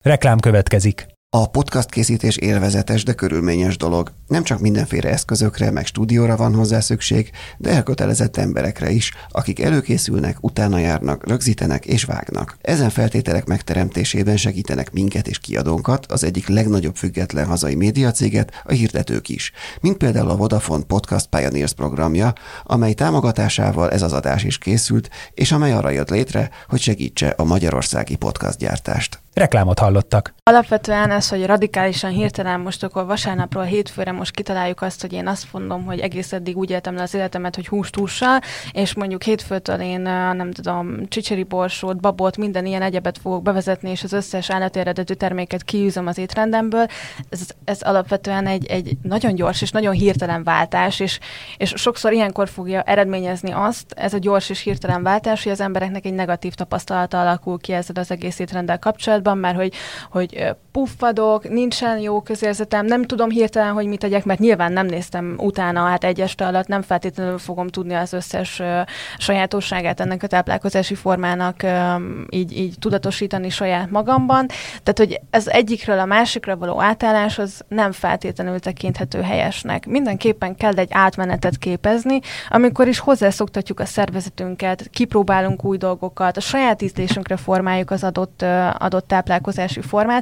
Reklám következik. A podcast készítés élvezetes, de körülményes dolog. Nem csak mindenféle eszközökre, meg stúdióra van hozzá szükség, de elkötelezett emberekre is, akik előkészülnek, utána járnak, rögzítenek és vágnak. Ezen feltételek megteremtésében segítenek minket és kiadónkat, az egyik legnagyobb független hazai médiacéget, a hirdetők is. Mint például a Vodafone Podcast Pioneers programja, amely támogatásával ez az adás is készült, és amely arra jött létre, hogy segítse a magyarországi podcastgyártást. Reklámot hallottak. Alapvetően ez, hogy radikálisan hirtelen most akkor vasárnapról hétfőre most kitaláljuk azt, hogy én azt mondom, hogy egész eddig úgy éltem le az életemet, hogy húst-hússal, és mondjuk hétfőtől én nem tudom, csicseri borsót, babot, minden ilyen egyebet fogok bevezetni, és az összes állati eredetű terméket kiűzöm az étrendemből. Ez alapvetően egy nagyon gyors és nagyon hirtelen váltás, és sokszor ilyenkor fogja eredményezni azt, ez a gyors és hirtelen váltás, hogy az embereknek egy negatív tapasztalata alakul ki ezzel az egész étrenddel kapcsolatban, mert hogy puffadok, nincsen jó közérzetem, nem tudom hirtelen, hogy mit tegyek, mert nyilván nem néztem utána, hát egy este alatt nem feltétlenül fogom tudni az összes sajátosságát ennek a táplálkozási formának így tudatosítani saját magamban. Tehát, hogy ez egyikről a másikra való átállás, az nem feltétlenül tekinthető helyesnek. Mindenképpen kell egy átmenetet képezni, amikor is hozzászoktatjuk a szervezetünket, kipróbálunk új dolgokat, a saját ízlésünkre formáljuk az adott táplálkozási formát.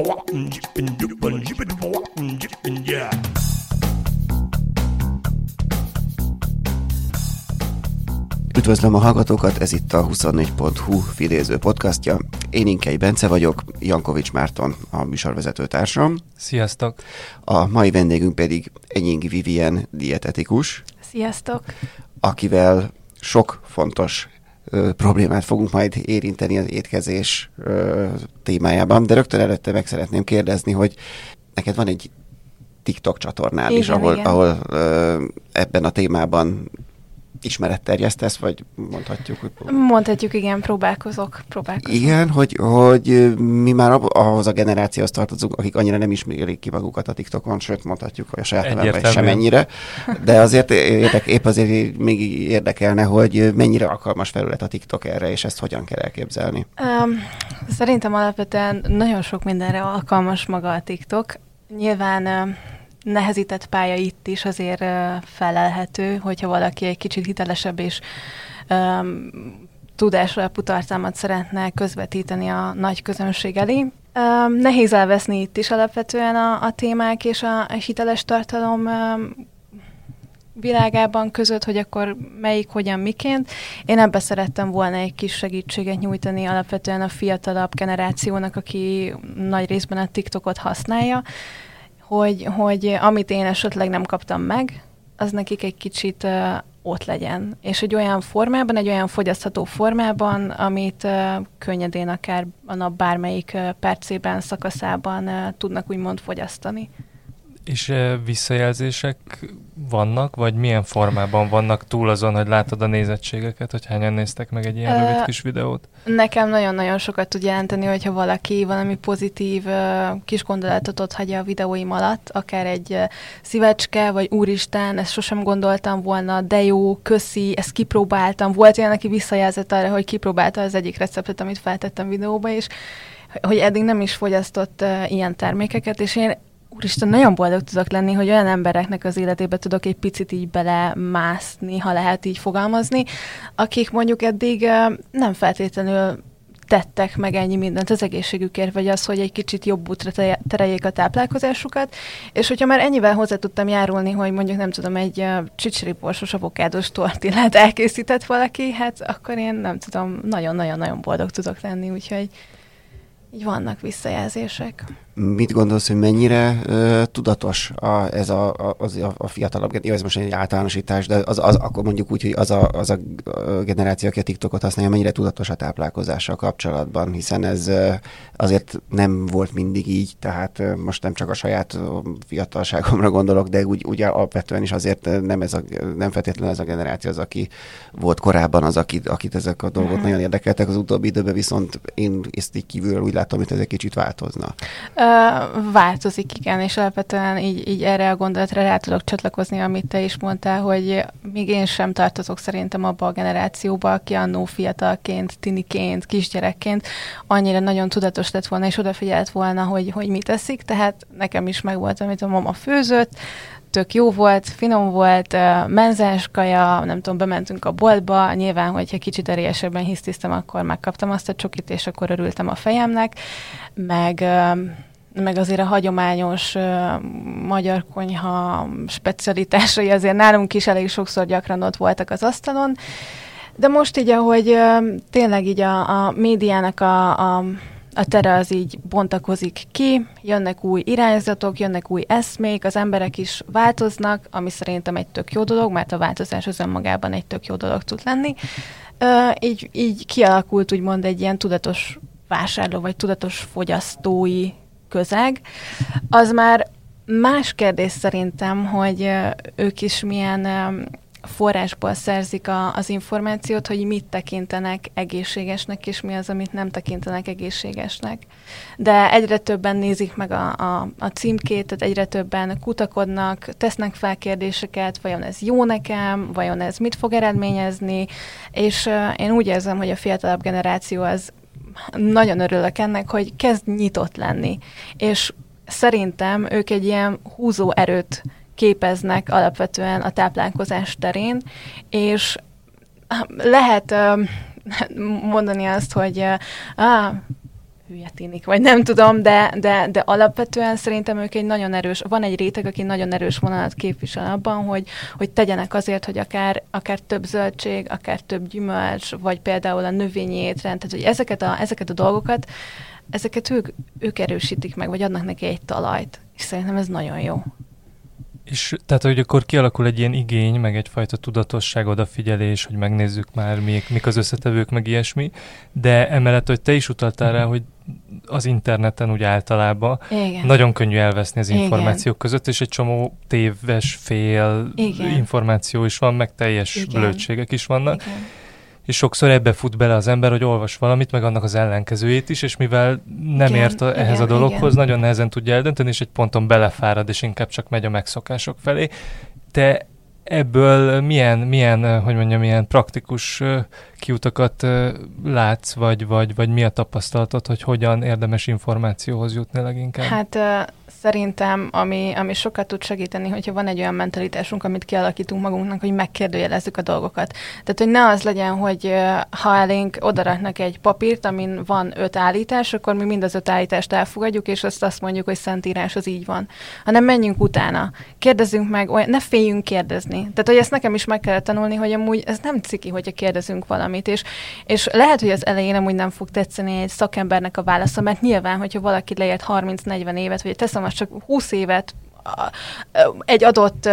Üdvözlöm a hallgatókat, ez itt a 24.hu fidéző podcastja. Én Inkei Bence vagyok, Jankovics Márton a műsorvezető társam. Sziasztok! A mai vendégünk pedig Enyingi Vivien dietetikus. Sziasztok! Akivel sok fontos problémát fogunk majd érinteni az étkezés témájában, de rögtön előtte meg szeretném kérdezni, hogy neked van egy TikTok csatornád is, ahol ebben a témában ismeretterjesztesz, vagy mondhatjuk, hogy... Mondhatjuk, igen, próbálkozok. Igen, hogy mi már ahhoz a generációhoz tartozunk, akik annyira nem ismerik ki magukat a TikTokon, sőt mondhatjuk, hogy a saját nevemben sem ennyire, de azért épp azért még érdekelne, hogy mennyire alkalmas felület a TikTok erre, és ezt hogyan kell elképzelni. Szerintem alapvetően nagyon sok mindenre alkalmas maga a TikTok. Nyilván nehezített pálya itt is azért felelhető, hogyha valaki egy kicsit hitelesebb és tudásalapú tartalmat szeretne közvetíteni a nagy közönség elé. Nehéz elveszni itt is alapvetően a témák és a hiteles tartalom világában között, hogy akkor melyik, hogyan, miként. Én ebbe szerettem volna egy kis segítséget nyújtani alapvetően a fiatalabb generációnak, aki nagy részben a TikTokot használja, hogy amit én esetleg nem kaptam meg, az nekik egy kicsit ott legyen. És egy olyan formában, egy olyan fogyasztható formában, amit könnyedén akár a nap bármelyik percében, szakaszában tudnak úgymond fogyasztani. És visszajelzések vannak, vagy milyen formában vannak túl azon, hogy látod a nézettségeket, hogy hányan néztek meg egy ilyen rövid kis videót? Nekem nagyon-nagyon sokat tud jelenteni, hogyha valaki valami pozitív kis gondolatot ott hagyja a videóim alatt, akár egy szívecske, vagy úristen, ezt sosem gondoltam volna, de jó, köszi, ezt kipróbáltam. Volt olyan, aki visszajelzett arra, hogy kipróbálta az egyik receptet, amit feltettem videóba, és hogy eddig nem is fogyasztott ilyen termékeket, és én úristen, nagyon boldog tudok lenni, hogy olyan embereknek az életébe tudok egy picit így belemászni, ha lehet így fogalmazni, akik mondjuk eddig nem feltétlenül tettek meg ennyi mindent az egészségükért, vagy az, hogy egy kicsit jobb útra tereljék a táplálkozásukat, és hogyha már ennyivel hozzá tudtam járulni, hogy mondjuk nem tudom, egy csicseri borsos avokádós tortillát elkészített valaki, hát akkor én nem tudom, nagyon-nagyon-nagyon boldog tudok lenni, úgyhogy így vannak visszajelzések. Mit gondolsz, hogy mennyire tudatos ez a fiatalabb, jó, ez most egy általánosítás, de akkor mondjuk úgy, hogy az a generáció, aki a TikTokot használja, mennyire tudatos a táplálkozással kapcsolatban, hiszen ez azért nem volt mindig így, tehát most nem csak a saját fiatalságomra gondolok, de úgy alapvetően is azért nem feltétlenül ez a generáció az, aki volt korábban az, akit ezek a dolgok nagyon érdekeltek, az utóbbi időben viszont én ezt így kívülről úgy látom, hogy ez egy kicsit változna. Változik, igen, és alapvetően így erre a gondolatra rá tudok csatlakozni, amit te is mondtál, hogy még én sem tartozok szerintem abba a generációba, aki annó fiatalként, tiniként, kisgyerekként annyira nagyon tudatos lett volna, és odafigyelt volna, hogy mit eszik, tehát nekem is megvolt, amit a mama főzött, tök jó volt, finom volt, menzás kaja, nem tudom, bementünk a boltba, nyilván, hogyha kicsit erélyesebben hisztisztem, akkor megkaptam azt a csokit, és akkor örültem a fejemnek, meg azért a hagyományos magyar konyha specialitásai azért nálunk is elég sokszor gyakran ott voltak az asztalon, de most így, ahogy tényleg így a médiának a tere az így bontakozik ki, jönnek új irányzatok, jönnek új eszmék, az emberek is változnak, ami szerintem egy tök jó dolog, mert a változás az önmagában egy tök jó dolog tud lenni. Így kialakult úgymond egy ilyen tudatos vásárló, vagy tudatos fogyasztói közeg. Az már más kérdés szerintem, hogy ők is milyen forrásból szerzik az információt, hogy mit tekintenek egészségesnek, és mi az, amit nem tekintenek egészségesnek. De egyre többen nézik meg a címkét, tehát egyre többen kutakodnak, tesznek fel kérdéseket, vajon ez jó nekem, vajon ez mit fog eredményezni, és én úgy érzem, hogy a fiatalabb generáció az nagyon örülök ennek, hogy kezd nyitott lenni. És szerintem ők egy ilyen húzó erőt képeznek alapvetően a táplálkozás terén, és lehet mondani azt, hogy hülye tűnik, vagy nem tudom, de alapvetően szerintem ők egy nagyon erős, van egy réteg, aki nagyon erős vonalat képvisel abban, hogy tegyenek azért, hogy akár több zöldség, akár több gyümölcs, vagy például a növényi étrend, tehát hogy ezeket a dolgokat, ezeket ők erősítik meg, vagy adnak neki egy talajt, és szerintem ez nagyon jó. És tehát, hogy akkor kialakul egy ilyen igény, meg egyfajta tudatosság, odafigyelés, hogy megnézzük már, mik az összetevők, meg ilyesmi, de emellett, hogy te is utaltál rá, hogy az interneten úgy általában igen. Nagyon könnyű elveszni az információk között, és egy csomó téves fél igen. információ is van, meg teljes blödségek is vannak. Igen. És sokszor ebbe fut bele az ember, hogy olvas valamit, meg annak az ellenkezőjét is, és mivel nem ért ehhez a dologhoz, nagyon nehezen tudja eldönteni, és egy ponton belefárad, és inkább csak megy a megszokások felé. Te ebből milyen praktikus kiutakat látsz, vagy mi a tapasztalatod, hogy hogyan érdemes információhoz jutni leginkább? Hát szerintem, ami sokat tud segíteni, hogyha van egy olyan mentalitásunk, amit kialakítunk magunknak, hogy megkérdőjelezzük a dolgokat. Tehát, hogy ne az legyen, hogy ha elénk odaraknak egy papírt, amin van 5 állítás, akkor mi mind az 5 állítást elfogadjuk, és azt mondjuk, hogy szentírás, az így van. Hanem menjünk utána. Kérdezzünk meg, ne féljünk kérdezni. Tehát, hogy ezt nekem is meg kellett tanulni, hogy amúgy ez nem ciki, hogyha kérdezünk valamit, és lehet, hogy az elején amúgy nem fog tetszeni egy szakembernek a válasza, mert nyilván, hogyha valaki leélt 30-40 évet, vagy teszem azt csak 20 évet egy adott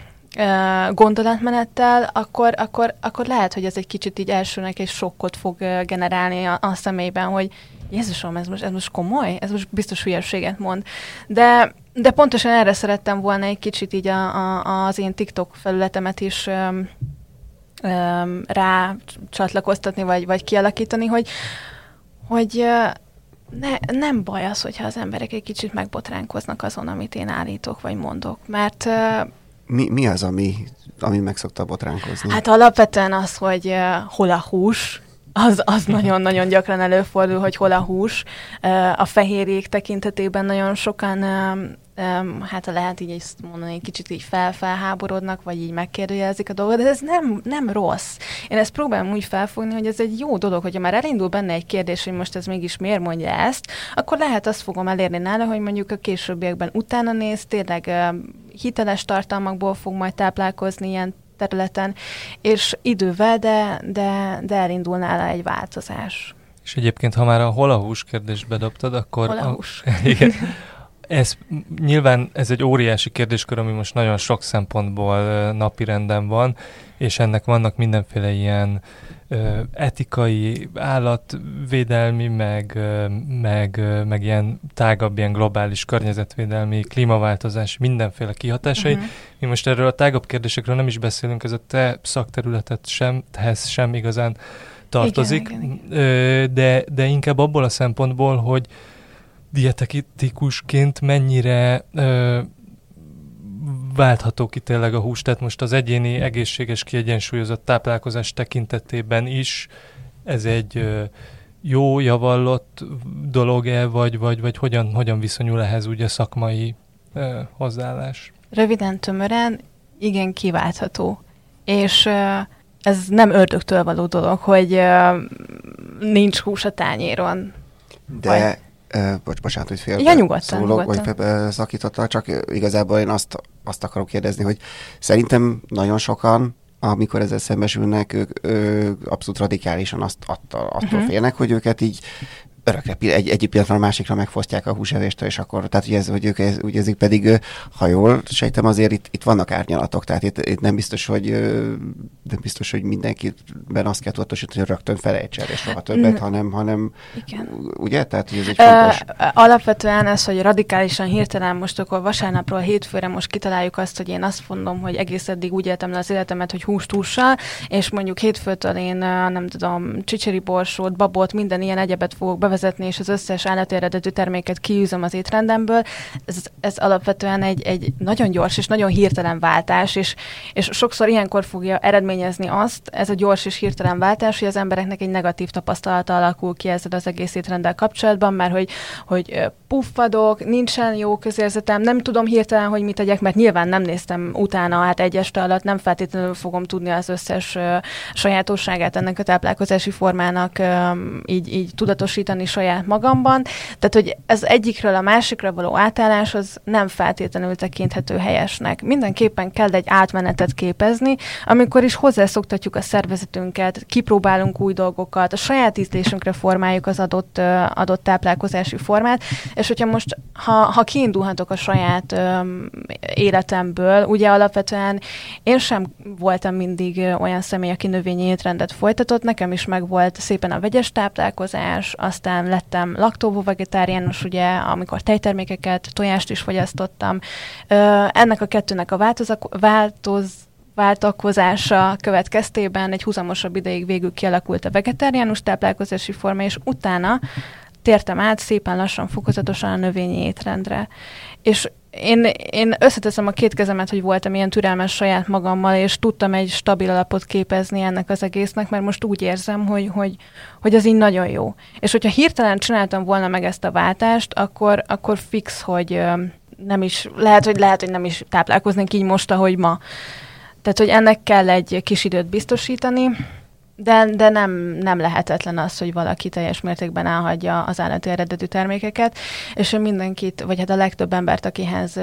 gondolatmenettel, akkor lehet, hogy ez egy kicsit így elsőnek egy sokkot fog generálni a személyben, hogy Jézusom, ez most komoly? Ez most biztos hülyeséget mond. De pontosan erre szerettem volna egy kicsit így az én TikTok felületemet is rá csatlakoztatni, vagy kialakítani, hogy nem baj az, hogyha az emberek egy kicsit megbotránkoznak azon, amit én állítok, vagy mondok, mert... Mi az, ami meg szokta botránkozni? Hát alapvetően az, hogy hol a hús, az nagyon-nagyon gyakran előfordul, hogy hol a hús. A fehérjék tekintetében nagyon sokan, hát lehet így mondani, kicsit így felháborodnak, vagy így megkérdőjelezik a dolgot, de ez nem rossz. Én ezt próbálom úgy felfogni, hogy ez egy jó dolog, hogyha már elindul benne egy kérdés, hogy most ez mégis miért mondja ezt, akkor lehet azt fogom elérni nála, hogy mondjuk a későbbiekben utána néz, tényleg hiteles tartalmakból fog majd táplálkozni ilyen területen, és idővel, de elindul nála egy változás. És egyébként, ha már a hol a hús kérdést bedobtad, akkor... Hol a hús? Igen. Nyilván ez egy óriási kérdéskör, ami most nagyon sok szempontból napirenden van, és ennek vannak mindenféle ilyen etikai, állatvédelmi, meg ilyen tágabb, ilyen globális környezetvédelmi, klímaváltozás, mindenféle kihatásai. Uh-huh. Mi most erről a tágabb kérdésekről nem is beszélünk, ez a te szakterületed sem igazán tartozik, igen. De inkább abból a szempontból, hogy dietetikusként mennyire váltható ki tényleg a hús, tehát most az egyéni egészséges, kiegyensúlyozott táplálkozás tekintetében is ez egy jó, javallott dolog-e, vagy hogyan viszonyul ehhez ugye szakmai hozzáállás? Röviden, tömören, igen, kiváltható. És ez nem ördögtől való dolog, hogy nincs hús a tányéron. De, bocsánat, hogy Ja, nyugodtan. vagy szakítottak, csak igazából én azt akarok kérdezni, hogy szerintem nagyon sokan, amikor ezzel szembesülnek, ők abszolút radikálisan attól félnek, hogy őket így örökre egyik pillanatra a másikra megfosztják a húsevést, és akkor, tehát hogy ők úgy érzik, pedig, ha jól sejtem, azért itt vannak árnyalatok, tehát itt nem biztos, hogy mindenkiben azt kell tudatosítani, hogy rögtön felejtsen, és soha többet, hanem igen. Ugye? Tehát, hogy ez egy fontos... Alapvetően ez, hogy radikálisan hirtelen most akkor vasárnapról hétfőre most kitaláljuk azt, hogy én azt mondom, hogy egész eddig úgy éltem le az életemet, hogy hússal, és mondjuk hétfőtől én nem tudom, csicseri borsót, babot, minden ilyen egyebet fogok bevezetni, és az összes állati eredetű terméket kiűzöm az étrendemből. Ez alapvetően egy nagyon gyors és nagyon hirtelen váltás, és sokszor ilyenkor fogja eredményezni azt, ez a gyors és hirtelen váltás, hogy az embereknek egy negatív tapasztalata alakul ki ezzel az egész étrenddel kapcsolatban, mert hogy puffadok, nincsen jó közérzetem, nem tudom hirtelen, hogy mit tegyek, mert nyilván nem néztem utána, hát egy este alatt nem feltétlenül fogom tudni az összes sajátosságát ennek a táplálkozási formának így tudatosítani saját magamban. Tehát, hogy ez egyikről a másikra való átállás, az nem feltétlenül tekinthető helyesnek. Mindenképpen kell egy átmenetet képezni, amikor is hozzászoktatjuk a szervezetünket, kipróbálunk új dolgokat, a saját ízlésünkre formáljuk az adott táplálkozási formát, és hogyha most, ha kiindulhatok a saját életemből, ugye alapvetően én sem voltam mindig olyan személy, aki növényi étrendet folytatott, nekem is megvolt szépen a vegyes táplálkozás, aztán lettem laktóvo-vegetáriánus, ugye, amikor tejtermékeket, tojást is fogyasztottam. Ennek a kettőnek a váltakozása következtében egy húzamosabb ideig végül kialakult a vegetáriánus táplálkozási forma, és utána tértem át szépen lassan, fokozatosan a növényi étrendre. És én összeteszem a két kezemet, hogy voltam ilyen türelmes saját magammal, és tudtam egy stabil alapot képezni ennek az egésznek, mert most úgy érzem, hogy az így nagyon jó. És hogyha hirtelen csináltam volna meg ezt a váltást, akkor fix, hogy nem is, lehet, hogy nem is táplálkoznék így most, ahogy ma. Tehát, hogy ennek kell egy kis időt biztosítani, de nem lehetetlen az, hogy valaki teljes mértékben elhagyja az állati eredetű termékeket, és mindenkit, vagy hát a legtöbb embert, akihez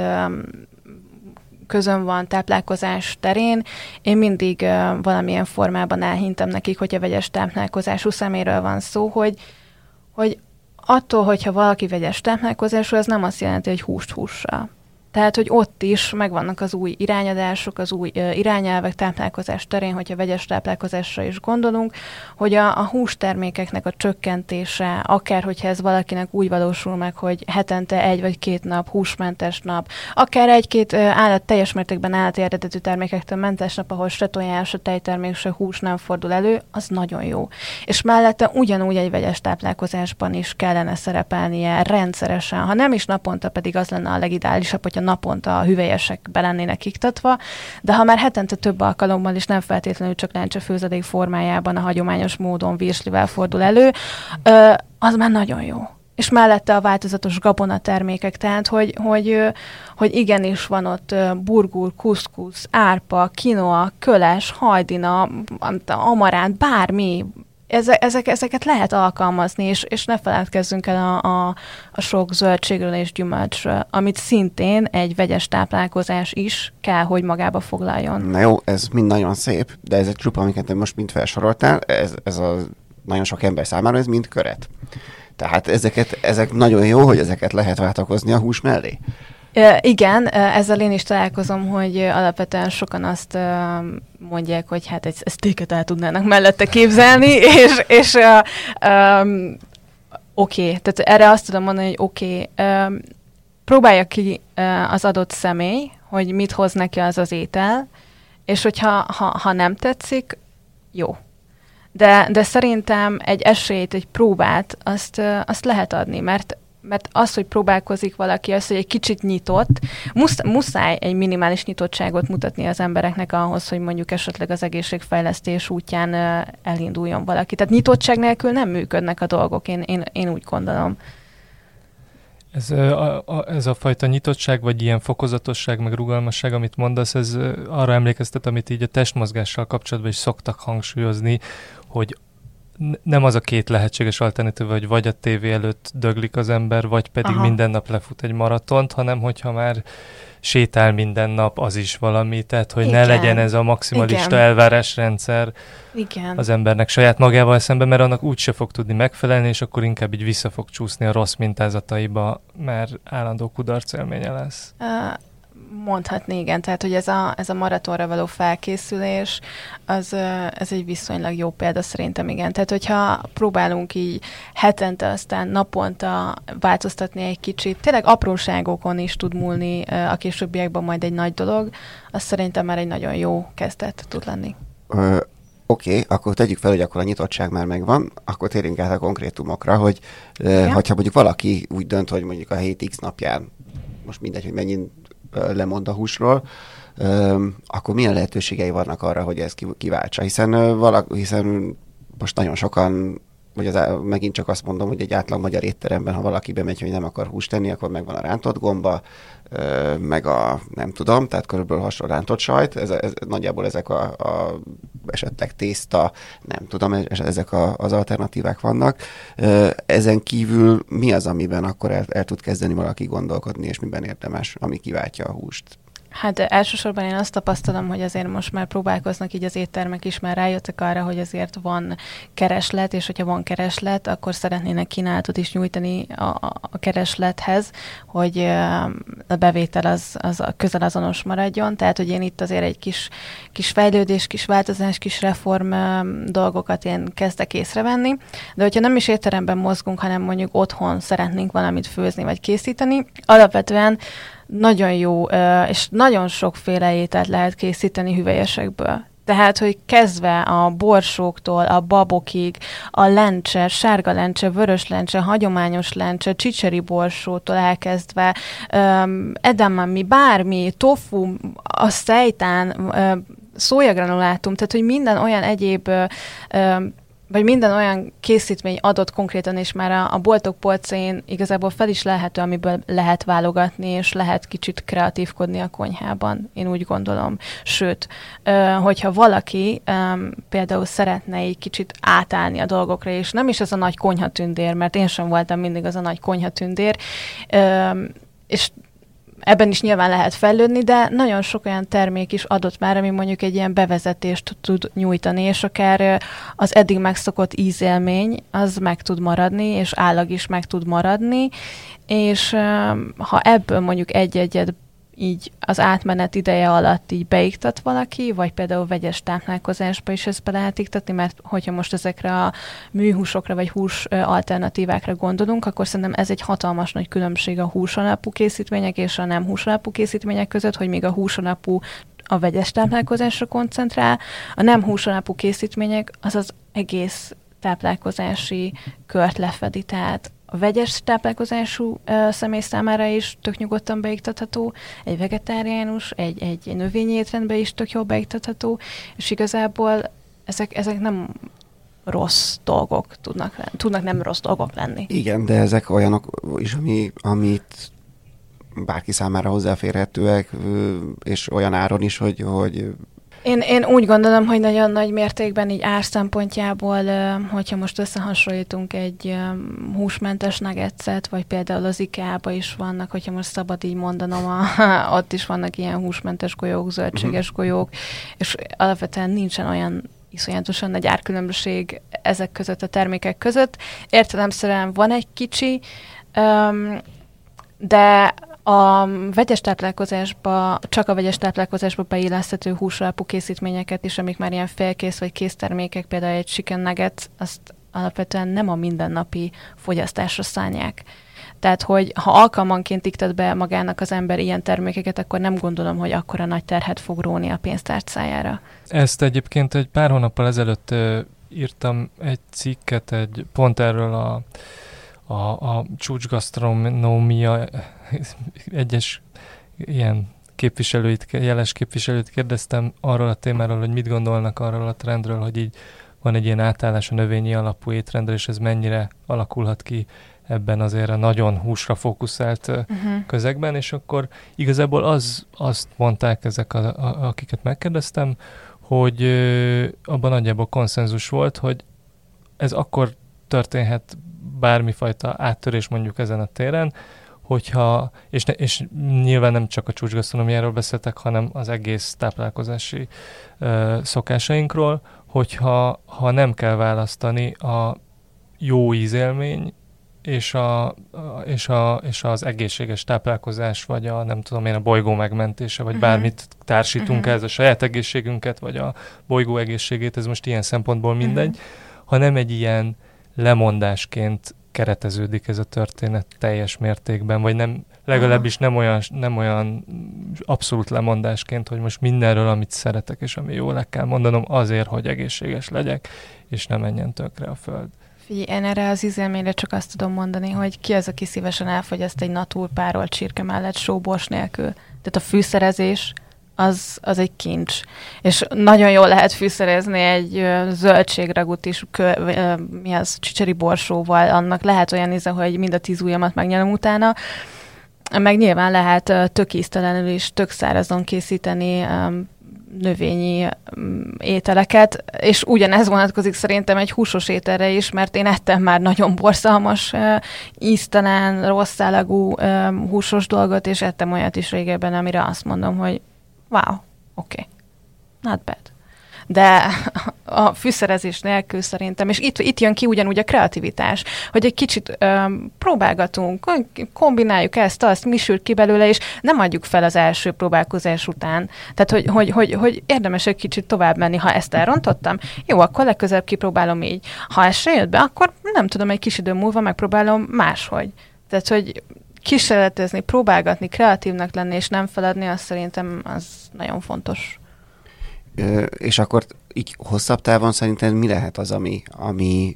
közön van táplálkozás terén, én mindig valamilyen formában elhintem nekik, hogyha vegyes táplálkozású szeméről van szó, hogy attól, hogyha valaki vegyes táplálkozású, az nem azt jelenti, hogy húst hússal. Tehát, hogy ott is megvannak az új irányadások, az új irányelvek táplálkozás terén, hogyha vegyes táplálkozásra is gondolunk, hogy a hústermékeknek a csökkentése, akár hogyha ez valakinek úgy valósul meg, hogy hetente 1 vagy 2 nap húsmentes nap, akár 1-2 teljes mértékben állati eredetű termékektől mentes nap, ahol se tojás, se tejtermék, se hús nem fordul elő, az nagyon jó. És mellette ugyanúgy egy vegyes táplálkozásban is kellene szerepelnie rendszeresen, ha nem is naponta, pedig az lenne a legideálisabb, hogyha naponta a hüvelyesek be lennének iktatva, de ha már hetente több alkalommal is nem feltétlenül csak láncsafőzadék formájában a hagyományos módon virslivel fordul elő, az már nagyon jó. És mellette a változatos gabonatermékek, tehát hogy igenis van ott burgur, kuszkusz, árpa, kinoa, köles, hajdina, amaránt, bármi. Ezeket lehet alkalmazni, és ne feledkezzünk el a sok zöldségről és gyümölcsről, amit szintén egy vegyes táplálkozás is kell, hogy magába foglaljon. Na jó, ez mind nagyon szép, de ez egy csupa, amiket most mind felsoroltál, ez a nagyon sok ember számára, ez mind köret. Tehát ezek nagyon jó, hogy ezeket lehet váltakozni a hús mellé. Igen, ezzel én is találkozom, hogy alapvetően sokan azt mondják, hogy hát ezt téket el tudnának mellette képzelni, és oké, tehát erre azt tudom mondani, hogy oké, próbálja ki az adott személy, hogy mit hoz neki az étel, és hogyha nem tetszik, jó. De szerintem egy esélyt, egy próbát, azt lehet adni, mert az, hogy próbálkozik valaki, az, hogy egy kicsit nyitott, muszáj egy minimális nyitottságot mutatni az embereknek ahhoz, hogy mondjuk esetleg az egészségfejlesztés útján elinduljon valaki. Tehát nyitottság nélkül nem működnek a dolgok, én úgy gondolom. Ez a fajta nyitottság, vagy ilyen fokozatosság, meg rugalmasság, amit mondasz, ez arra emlékeztet, amit így a testmozgással kapcsolatban is szoktak hangsúlyozni, hogy nem az a két lehetséges alternatíva, hogy vagy a tévé előtt döglik az ember, vagy pedig minden nap lefut egy maratont, hanem hogyha már sétál minden nap, az is valami, tehát hogy ne legyen ez a maximalista elvárásrendszer az embernek saját magával szemben, mert annak úgyse fog tudni megfelelni, és akkor inkább így vissza fog csúszni a rossz mintázataiba, mert állandó kudarc élménye lesz. Mondhatni, igen. Tehát, hogy ez a maratonra való felkészülés, ez egy viszonylag jó példa szerintem, igen. Tehát, hogyha próbálunk így hetente, aztán naponta változtatni egy kicsit, tényleg apróságokon is tud múlni a későbbiekben majd egy nagy dolog, az szerintem már egy nagyon jó kezdet tud lenni. Oké, akkor tegyük fel, hogy akkor a nyitottság már megvan, akkor térjünk át a konkrétumokra, hogy hogyha mondjuk valaki úgy dönt, hogy mondjuk a hét X napján, most mindegy, hogy mennyit lemond a húsról, akkor milyen lehetőségei vannak arra, hogy ez kiváltsa? Hiszen most nagyon sokan, vagy megint csak azt mondom, hogy egy átlag magyar étteremben, ha valaki bemegy, hogy nem akar húst tenni, akkor megvan a rántott gomba, meg a nem tudom, tehát körülbelül hasonló rántott sajt, ez nagyjából ezek a esetleg tészta, nem tudom, ezek az alternatívák vannak. Ezen kívül mi az, amiben akkor el tud kezdeni valaki gondolkodni, és miben érdemes, ami kiváltja a húst? Hát elsősorban én azt tapasztalom, hogy azért most már próbálkoznak így az éttermek is, már rájöttek arra, hogy azért van kereslet, és hogyha van kereslet, akkor szeretnének kínálatot is nyújtani a kereslethez, hogy a bevétel az közel azonos maradjon. Tehát, hogy én itt azért egy kis fejlődés, kis változás, kis reform dolgokat én kezdek észrevenni. De hogyha nem is étteremben mozgunk, hanem mondjuk otthon szeretnénk valamit főzni vagy készíteni, alapvetően nagyon jó, és nagyon sokféle ételt lehet készíteni hüvelyesekből. Tehát, hogy kezdve a borsóktól, a babokig, a lencse, sárga lencse, vörös lencse, hagyományos lencse, csicseri borsótól elkezdve, edamame, bármi, tofu, a szejtán, szójagranulátum, tehát, hogy minden olyan egyéb vagy minden olyan készítmény adott konkrétan, és már a boltok polcain igazából fel is lehető, amiből lehet válogatni, és lehet kicsit kreatívkodni a konyhában, én úgy gondolom. Sőt, hogyha valaki például szeretne egy kicsit átállni a dolgokra, és nem is ez a nagy konyhatündér, mert én sem voltam mindig az a nagy konyhatündér, és ebben is nyilván lehet fejlődni, de nagyon sok olyan termék is adott már, ami mondjuk egy ilyen bevezetést tud nyújtani, és akár az eddig megszokott ízélmény, az meg tud maradni, és állag is meg tud maradni, és ha ebből mondjuk egy-egyet így az átmenet ideje alatt így beiktat valaki, vagy például vegyes táplálkozásba is ezt be lehet iktatni, mert hogyha most ezekre a műhúsokra vagy hús alternatívákra gondolunk, akkor szerintem ez egy hatalmas nagy különbség a húsalapú készítmények és a nem húsalapú készítmények között, hogy még a húsalapú a vegyes táplálkozásra koncentrál, a nem húsalapú készítmények az az egész táplálkozási kört lefedi, tehát a vegyes táplálkozású személy számára is tök nyugodtan beiktatható, egy vegetáriánus, egy növényi étrendbe is tök jól beiktatható, és igazából ezek nem rossz dolgok tudnak nem rossz dolgok lenni. Igen, de ezek olyanok is, amit bárki számára hozzáférhetőek, és olyan áron is, hogy Én úgy gondolom, hogy nagyon nagy mértékben így ár szempontjából, hogyha most összehasonlítunk egy húsmentes nuggetset, vagy például az IKEA-ba is vannak, hogyha most szabad így mondanom, ott is vannak ilyen húsmentes golyók, zöldséges golyók, és alapvetően nincsen olyan iszonyatosan nagy árkülönbség ezek között a termékek között. Értelemszerűen van egy kicsi, de a vegyes táplálkozásba, csak a vegyes táplálkozásba beilleszthető húsalapú készítményeket is, amik már ilyen félkész vagy késztermékek, például egy chicken nugget, azt alapvetően nem a mindennapi fogyasztásra szánják. Tehát, hogy ha alkalmanként iktat be magának az ember ilyen termékeket, akkor nem gondolom, hogy akkora nagy terhet fog róni a pénztárcájára. Ezt egyébként egy pár hónappal ezelőtt írtam egy cikket pont erről a csúcsgasztronómia egyes ilyen jeles képviselőt kérdeztem arról a témáról, hogy mit gondolnak arról a trendről, hogy így van egy ilyen átállás a növényi alapú étrendre, és ez mennyire alakulhat ki ebben azért a nagyon húsra fókuszált közegben, és akkor igazából azt mondták ezek, akiket megkérdeztem, hogy abban nagyjából konszenzus volt, hogy ez akkor történhet bármifajta áttörés mondjuk ezen a téren, hogyha, és nyilván nem csak a csúcsgasztronómiáról beszéltek, hanem az egész táplálkozási szokásainkról, hogyha nem kell választani a jó ízélmény és az egészséges táplálkozás, vagy nem tudom én, a bolygó megmentése, vagy bármit társítunk ez a saját egészségünket, vagy a bolygó egészségét, ez most ilyen szempontból mindegy, hanem egy ilyen lemondásként kereteződik ez a történet teljes mértékben, vagy nem, legalábbis nem olyan abszolút lemondásként, hogy most mindenről, amit szeretek, és ami jól le kell mondanom, azért, hogy egészséges legyek, és ne menjen tönkre a föld. Figyelj, én erre az ízélményre csak azt tudom mondani, hogy ki az, aki szívesen elfogyaszt egy naturpárolt csirke mellett sóbors nélkül. Tehát a fűszerezés az egy kincs. És nagyon jól lehet fűszerezni egy zöldségragút is, csicseri borsóval, annak lehet olyan íze, hogy mind a 10 ujjamat megnyelem utána. Meg nyilván lehet tök íztelenül is, tök szárazon készíteni növényi ételeket, és ugyanez vonatkozik szerintem egy húsos ételre is, mert én ettem már nagyon borzalmas, íztelen, rossz állagú húsos dolgot, és ettem olyat is régebben, amire azt mondom, hogy wow, oké, not bad. De a fűszerezés nélkül szerintem, és itt jön ki ugyanúgy a kreativitás, hogy egy kicsit próbálgatunk, kombináljuk ezt, mi sül ki belőle, és nem adjuk fel az első próbálkozás után. Tehát, hogy érdemes egy kicsit tovább menni, ha ezt elrontottam, jó, akkor legközelebb kipróbálom így. Ha ez se jött be, akkor nem tudom, egy kis idő múlva megpróbálom máshogy. Tehát, hogy kísérletezni, próbálgatni, kreatívnak lenni, és nem feladni, azt szerintem az nagyon fontos. És akkor így hosszabb távon szerinted mi lehet az, ami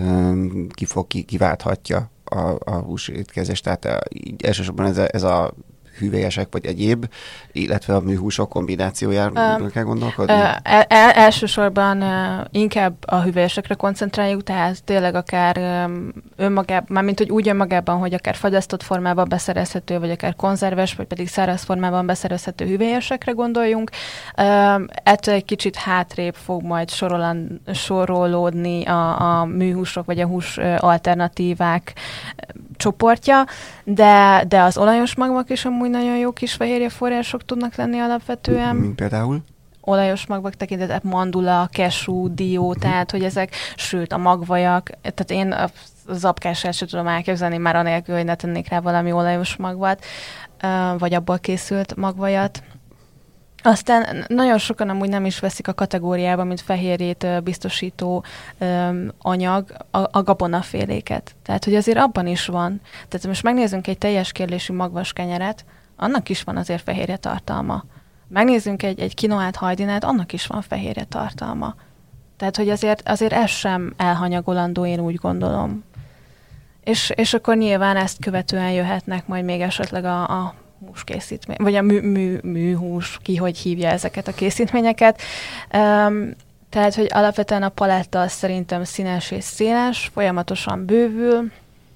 kiválthatja a húsétkezést? Tehát így elsősorban ez a hüvelyesek vagy egyéb, illetve a műhúsok kombinációjáról kell gondolkodni? Elsősorban inkább a hüvelyesekre koncentráljuk, tehát tényleg akár önmagában, mármint hogy úgy önmagában, hogy akár fagyasztott formában beszerezhető, vagy akár konzerves, vagy pedig száraz formában beszerezhető hüvelyesekre gondoljunk. Ettől egy kicsit hátrébb fog majd sorolódni a műhúsok, vagy a hús alternatívák csoportja, de az olajos magvak is amúgy nagyon jó kis fehérje források tudnak lenni alapvetően. Például? Olajos magvak tekintetben mandula, cashew, dió, tehát hogy ezek, sőt a magvajak, tehát én a zapkással sem tudom elképzelni már anélkül, hogy ne tennék rá valami olajos magvat, vagy abból készült magvajat. Aztán nagyon sokan amúgy nem is veszik a kategóriába, mint fehérjét biztosító anyag, a gabonaféléket. Tehát, hogy azért abban is van. Tehát most megnézzünk egy teljes kérlésű magvas kenyeret, annak is van azért fehérje tartalma. Megnézzünk egy kinoát hajdinát, annak is van fehérje tartalma. Tehát, hogy azért ez sem elhanyagolandó, én úgy gondolom. És akkor nyilván ezt követően jöhetnek majd még esetleg a húskészítmény, vagy a műhús, ki hogy hívja ezeket a készítményeket. Tehát, hogy alapvetően a paletta az szerintem színes és széles, folyamatosan bővül,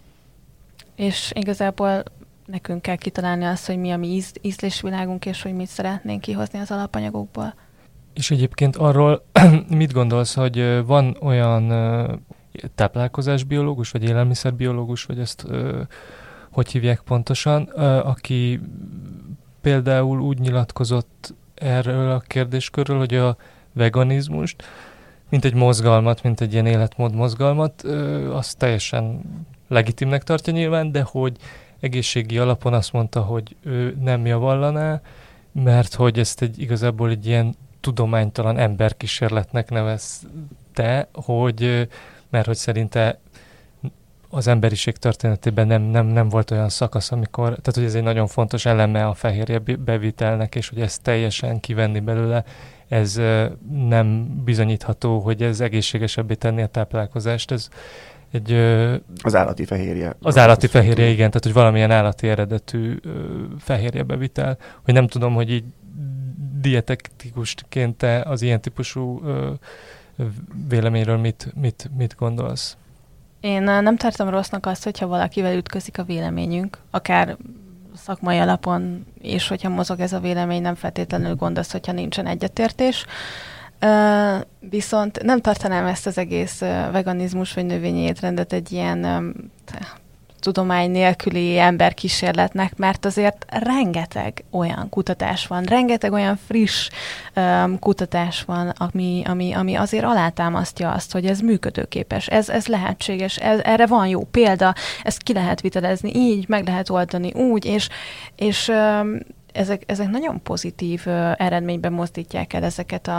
és igazából nekünk kell kitalálni azt, hogy mi a mi ízlésvilágunk, és hogy mit szeretnénk kihozni az alapanyagokból. És egyébként arról mit gondolsz, hogy van olyan táplálkozásbiológus, vagy élelmiszerbiológus, vagy ezt hogy hívják pontosan, aki például úgy nyilatkozott erről a kérdéskörről, hogy a veganizmust, mint egy mozgalmat, mint egy ilyen életmód mozgalmat, azt teljesen legitimnek tartja nyilván, de hogy egészségi alapon azt mondta, hogy ő nem javallaná, mert hogy ezt igazából egy ilyen tudománytalan emberkísérletnek nevezte, mert hogy szerinte az emberiség történetében nem volt olyan szakasz, tehát hogy ez egy nagyon fontos eleme a fehérje bevitelnek, és hogy ezt teljesen kivenni belőle ez nem bizonyítható, hogy ez egészségesebbé tenni a táplálkozást. Ez egy... Az állati fehérje. Az állati fehérje, igen, tehát hogy valamilyen állati eredetű fehérjebevitel. Hogy nem tudom, hogy így dietetikusként te az ilyen típusú véleményről mit gondolsz? Én nem tartom rossznak azt, hogyha valakivel ütközik a véleményünk, akár szakmai alapon, és hogyha mozog ez a vélemény, nem feltétlenül gond az, hogyha nincsen egyetértés. Viszont nem tartanám ezt az egész veganizmus vagy növényi étrendet egy ilyen tudomány nélküli emberkísérletnek, mert azért rengeteg olyan kutatás van, rengeteg olyan friss kutatás van, ami azért alátámasztja azt, hogy ez működőképes, ez lehetséges, erre van jó példa, ezt ki lehet vitelezni így, meg lehet oldani úgy, és ezek nagyon pozitív eredményben mozdítják el ezeket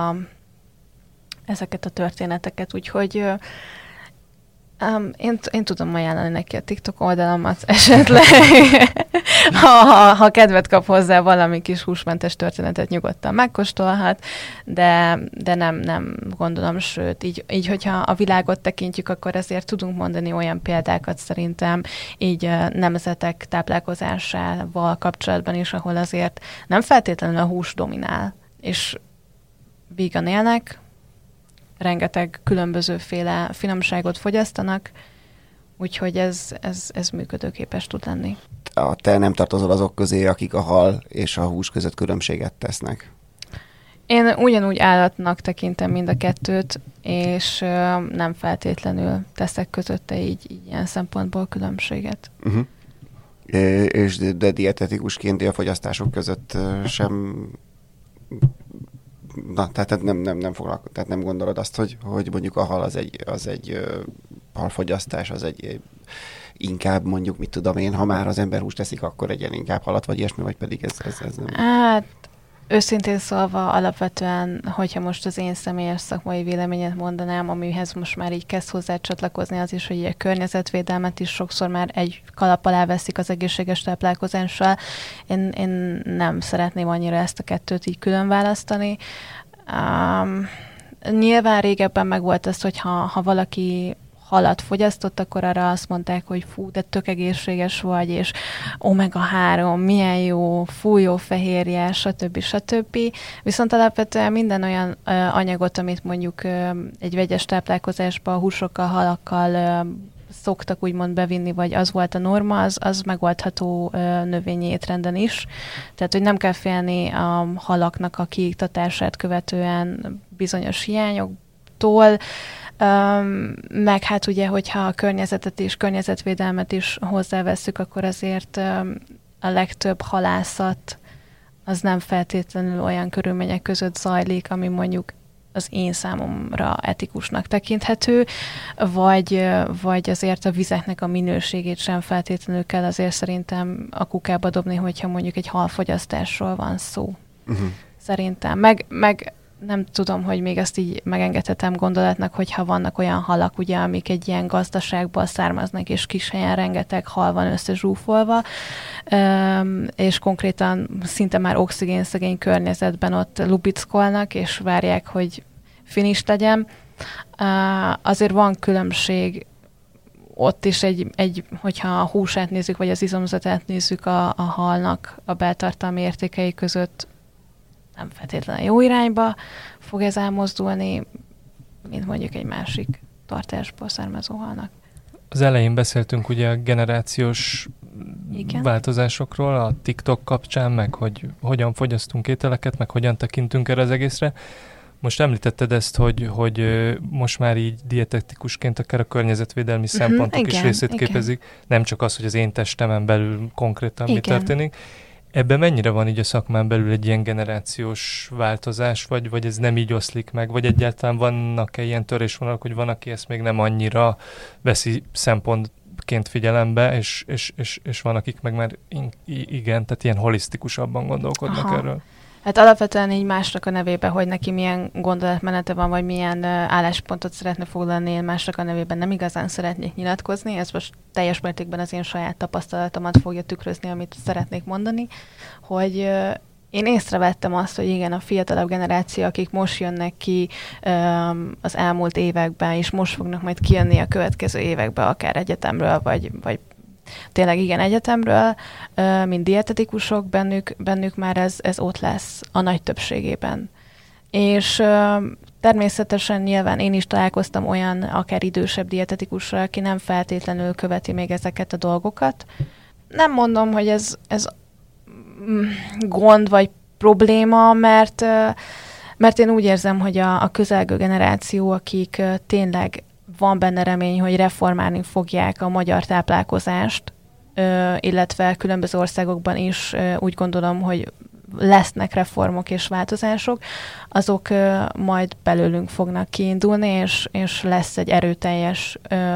a történeteket, úgyhogy én tudom ajánlani neki a TikTok oldalamat esetleg, ha kedvet kap hozzá valami kis húsmentes történetet, nyugodtan megkóstolhat, de nem gondolom, sőt, így hogyha a világot tekintjük, akkor azért tudunk mondani olyan példákat szerintem így nemzetek táplálkozásával kapcsolatban is, ahol azért nem feltétlenül a hús dominál, és vígan élnek, rengeteg különbözőféle finomságot fogyasztanak, úgyhogy ez működőképes tud lenni. Te nem tartozol azok közé, akik a hal és a hús között különbséget tesznek? Én ugyanúgy állatnak tekintem mind a kettőt, és nem feltétlenül teszek közötte így ilyen szempontból különbséget. Uh-huh. De dietetikusként a fogyasztások között sem... Tehát nem gondolod azt, hogy mondjuk a hal az egy halfogyasztás, az egy inkább mondjuk, mit tudom én, ha már az ember húst teszik, akkor egyen inkább halat, vagy ilyesmi, vagy pedig ez nem... Hát, őszintén szólva alapvetően, hogyha most az én személyes szakmai véleményet mondanám, amihez most már így kezd hozzá csatlakozni az is, hogy a környezetvédelmet is sokszor már egy kalap alá veszik az egészséges táplálkozással. Én nem szeretném annyira ezt a kettőt így külön választani. Nyilván régebben meg volt az, hogy ha valaki halat fogyasztott, akkor arra azt mondták, hogy fú, de tök egészséges vagy, és omega-3, milyen jó, fújó fehérje, stb. Viszont alapvetően minden olyan anyagot, amit mondjuk egy vegyes táplálkozásban, húsokkal, halakkal szoktak úgymond bevinni, vagy az volt a norma, az megoldható növényi étrenden is. Tehát, hogy nem kell félni a halaknak a kiiktatását követően bizonyos hiányoktól, meg hát ugye, hogyha a környezetet és környezetvédelmet is hozzávesszük, akkor azért a legtöbb halászat az nem feltétlenül olyan körülmények között zajlik, ami mondjuk az én számomra etikusnak tekinthető, vagy azért a vizeknek a minőségét sem feltétlenül kell azért szerintem a kukába dobni, hogyha mondjuk egy halfogyasztásról van szó. Uh-huh. Szerintem. Meg nem tudom, hogy még azt így megengedhetem gondolatnak, hogyha vannak olyan halak, ugye, amik egy ilyen gazdaságból származnak, és kis helyen rengeteg hal van összezsúfolva, és konkrétan szinte már oxigénszegény környezetben ott lubickolnak, és várják, hogy finish legyen. Azért van különbség ott is hogyha a húsát nézzük, vagy az izomzatát nézzük a halnak a beltartalmi értékei között, nem feltétlenül jó irányba fog ez elmozdulni, mint mondjuk egy másik tartásból származó halnak. Az elején beszéltünk ugye a generációs változásokról, a TikTok kapcsán, meg hogy hogyan fogyasztunk ételeket, meg hogyan tekintünk erre az egészre. Most említetted ezt, hogy most már így dietetikusként akár a környezetvédelmi szempontok is részét képezik. Nem csak az, hogy az én testemen belül konkrétan mi történik. Ebben mennyire van így a szakmán belül egy ilyen generációs változás, vagy ez nem így oszlik meg, vagy egyáltalán vannak-e ilyen törésvonalak, hogy van, aki ezt még nem annyira veszi szempontként figyelembe, és van, akik meg már igen, tehát ilyen holisztikusabban gondolkodnak erről? Hát alapvetően így másnak a nevében, hogy neki milyen gondolatmenete van, vagy milyen álláspontot szeretne foglalni, én másnak a nevében nem igazán szeretnék nyilatkozni. Ez most teljes mértékben az én saját tapasztalatomat fogja tükrözni, amit szeretnék mondani, hogy Én észrevettem azt, hogy igen, a fiatalabb generáció, akik most jönnek ki az elmúlt években, és most fognak majd kijönni a következő években, akár egyetemről, vagy tényleg igen egyetemről, mint dietetikusok, bennük már ez ott lesz a nagy többségében. És természetesen nyilván én is találkoztam olyan akár idősebb dietetikussal, aki nem feltétlenül követi még ezeket a dolgokat. Nem mondom, hogy ez gond vagy probléma, mert én úgy érzem, hogy a közelgő generáció, akik tényleg van benne remény, hogy reformálni fogják a magyar táplálkozást, illetve különböző országokban is úgy gondolom, hogy lesznek reformok és változások, azok majd belőlünk fognak kiindulni, és lesz egy erőteljes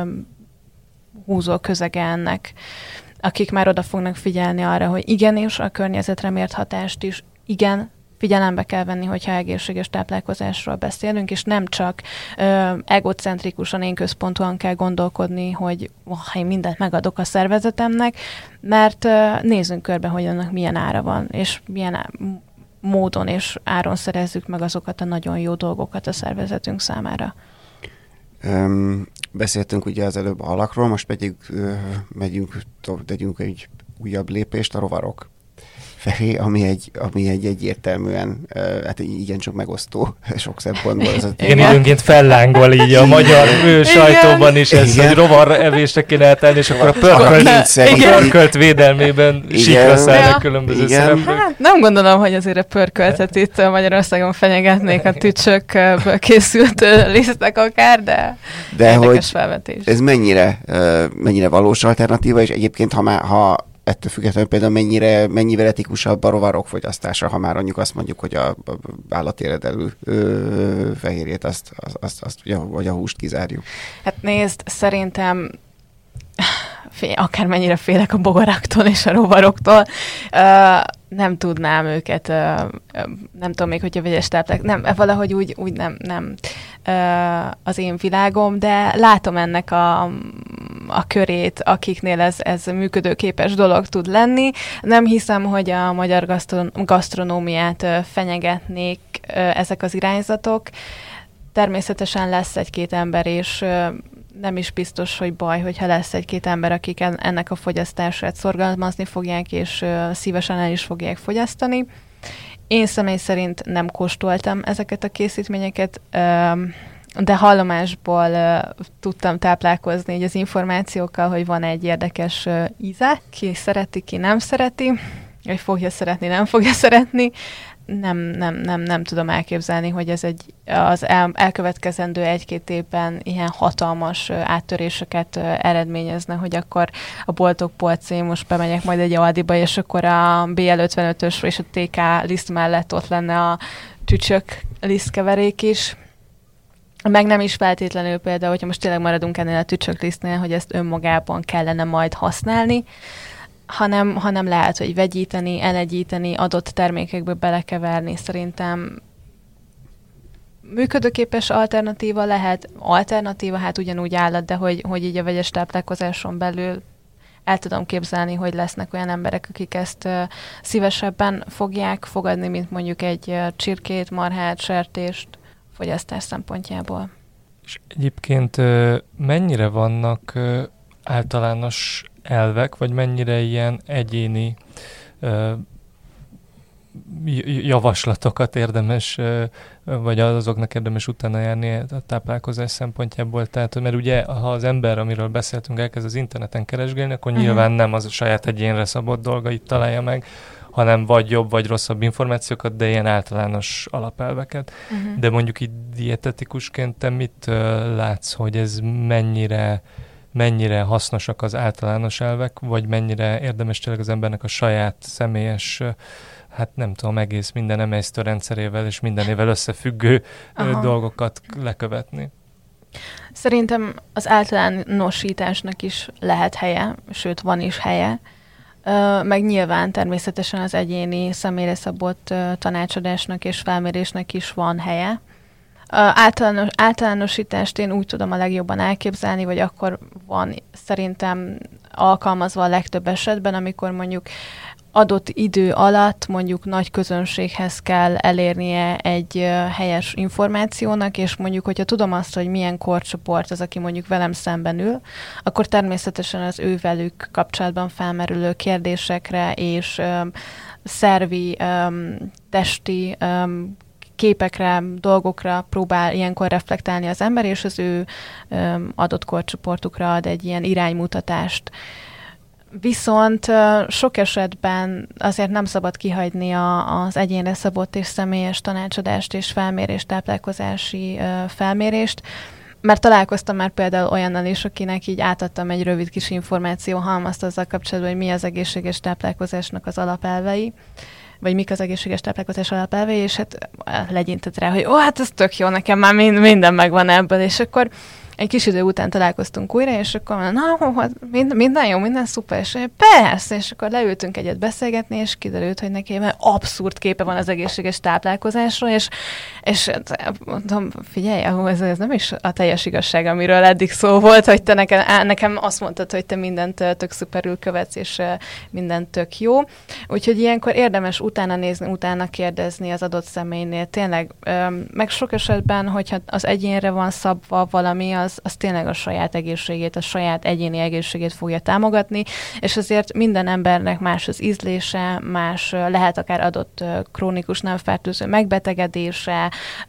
húzó közege ennek, akik már oda fognak figyelni arra, hogy igenis a környezetre mért hatást is igen figyelembe kell venni, hogyha egészséges táplálkozásról beszélünk, és nem csak egocentrikusan, én központúan kell gondolkodni, hogy én mindent megadok a szervezetemnek, mert nézzünk körbe, hogy annak milyen ára van, és milyen módon és áron szerezzük meg azokat a nagyon jó dolgokat a szervezetünk számára. Beszéltünk ugye az előbb a halakról, most pedig tegyünk egy újabb lépést a rovarok felé, ami egy egyértelműen, hát igencsak megosztó sok szempontból. Igen, időnként fellángol így a magyar sajtóban is ez, hogy rovar evésre kéne eltenni, és akkor a pörkölt védelmében síkra szállnak különböző szereplők. Hát nem gondolom, hogy azért a pörköltet itt Magyarországon fenyegetnék a tücsökből készült lisztek akár, de érdekes felvetés. Ez mennyire valós alternatíva, és egyébként ha ettől függetlenül például mennyivel etikusabb a rovarok fogyasztása, ha már azt mondjuk, hogy a állati eredetű fehérjét, azt vagy a húst kizárjuk. Hát nézd, szerintem akármennyire félek a bogaraktól és a rovaroktól, nem tudnám őket, nem tudom még, hogyha vegyes nem, valahogy úgy nem az én világom, de látom ennek a körét, akiknél ez működőképes dolog tud lenni. Nem hiszem, hogy a magyar gasztronómiát fenyegetnék ezek az irányzatok. Természetesen lesz egy-két ember, és nem is biztos, hogy baj, hogyha lesz egy-két ember, akik ennek a fogyasztását szorgalmazni fogják, és szívesen el is fogják fogyasztani. Én személy szerint nem kóstoltam ezeket a készítményeket, de hallomásból tudtam táplálkozni így az információkkal, hogy van egy érdekes íze, ki szereti, ki nem szereti, vagy fogja szeretni, nem fogja szeretni. Nem tudom elképzelni, hogy ez az elkövetkezendő 1-2 évben ilyen hatalmas áttöréseket eredményezne, hogy akkor a boltok polcén most bemegyek majd egy Aldiba, és akkor a BL55-ös és a TK liszt mellett ott lenne a tücsök lisztkeverék is. Meg nem is feltétlenül például, hogyha most tényleg maradunk ennél a tücsök lisztnél, hogy ezt önmagában kellene majd használni, hanem lehet, hogy vegyíteni, elegyíteni, adott termékekbe belekeverni. Szerintem működőképes alternatíva lehet. Alternatíva, hát ugyanúgy állat, de hogy így a vegyes táplálkozáson belül el tudom képzelni, hogy lesznek olyan emberek, akik ezt szívesebben fogják fogadni, mint mondjuk egy csirkét, marhát, sertést fogyasztás szempontjából. És egyébként mennyire vannak általános elvek, vagy mennyire ilyen egyéni javaslatokat érdemes, vagy azoknak érdemes utána járni a táplálkozás szempontjából. Tehát, mert ugye, ha az ember, amiről beszéltünk, elkezd az interneten keresgélni, akkor nyilván nem az a saját egyénre szabott dolgait találja meg, hanem vagy jobb, vagy rosszabb információkat, de ilyen általános alapelveket. De mondjuk így dietetikusként te mit látsz, hogy ez mennyire hasznosak az általános elvek, vagy mennyire érdemes tényleg az embernek a saját személyes, hát nem tudom, egész minden emésztőrendszerével és mindenével összefüggő dolgokat lekövetni? Szerintem az általánosításnak is lehet helye, sőt van is helye, meg nyilván természetesen az egyéni személyre szabott tanácsadásnak és felmérésnek is van helye. Általánosítást én úgy tudom a legjobban elképzelni, vagy akkor van szerintem alkalmazva a legtöbb esetben, amikor mondjuk adott idő alatt mondjuk nagy közönséghez kell elérnie egy helyes információnak, és mondjuk, hogyha tudom azt, hogy milyen korcsoport az, aki mondjuk velem szemben ül, akkor természetesen az ővelük kapcsolatban felmerülő kérdésekre és szervi, testi képekre, dolgokra próbál ilyenkor reflektálni az ember, és az ő adott korcsoportukra ad egy ilyen iránymutatást. Viszont sok esetben azért nem szabad kihagyni az egyénre szabott és személyes tanácsadást és felmérést, táplálkozási felmérést, mert találkoztam már például olyannal is, akinek így átadtam egy rövid kis információ halmazt azzal kapcsolatban, hogy mi az egészséges táplálkozásnak az alapelvei, vagy mik az egészséges táplálkozás alapelvei, és hát legyintett rá, hogy hát ez tök jó, nekem már minden megvan ebből, és akkor egy kis idő után találkoztunk újra, és akkor minden jó, minden szuper, és persze, és akkor leültünk egyet beszélgetni, és kiderült, hogy neki abszurd képe van az egészséges táplálkozásról, és mondom, figyelj, ez nem is a teljes igazság, amiről eddig szó volt, hogy te nekem azt mondtad, hogy te mindent tök szuperül követsz, és mindent tök jó. Úgyhogy ilyenkor érdemes utána nézni, utána kérdezni az adott személynél. Tényleg, meg sok esetben, hogyha az egyénre van szabva valami, az tényleg a saját egészségét, a saját egyéni egészségét fogja támogatni, és azért minden embernek más az ízlése, más lehet akár adott krónikus nem fertőző megbetegedése,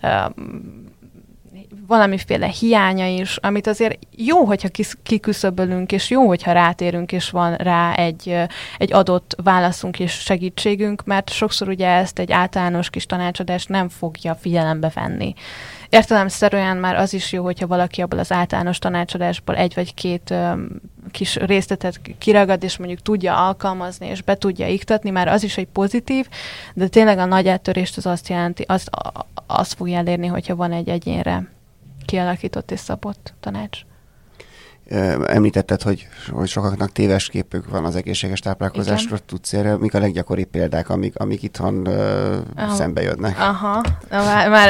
valamiféle hiánya is, amit azért jó, hogyha kiküszöbölünk, és jó, hogyha rátérünk, és van rá egy adott válaszunk és segítségünk, mert sokszor ugye ezt egy általános kis tanácsadás nem fogja figyelembe venni. Értelemszerűen már az is jó, hogyha valaki abból az általános tanácsadásból egy vagy két kis részletet kiragad, és mondjuk tudja alkalmazni, és be tudja iktatni, már az is egy pozitív, de tényleg a nagy áttörést az azt jelenti, azt fogja elérni, hogyha van egy egyénre kialakított és szabott tanács. Említetted, hogy sokaknak téves képük van az egészséges táplálkozásról. Tudsz erre, mik a leggyakoribb példák, amik itthon szembe jönnek? Aha, már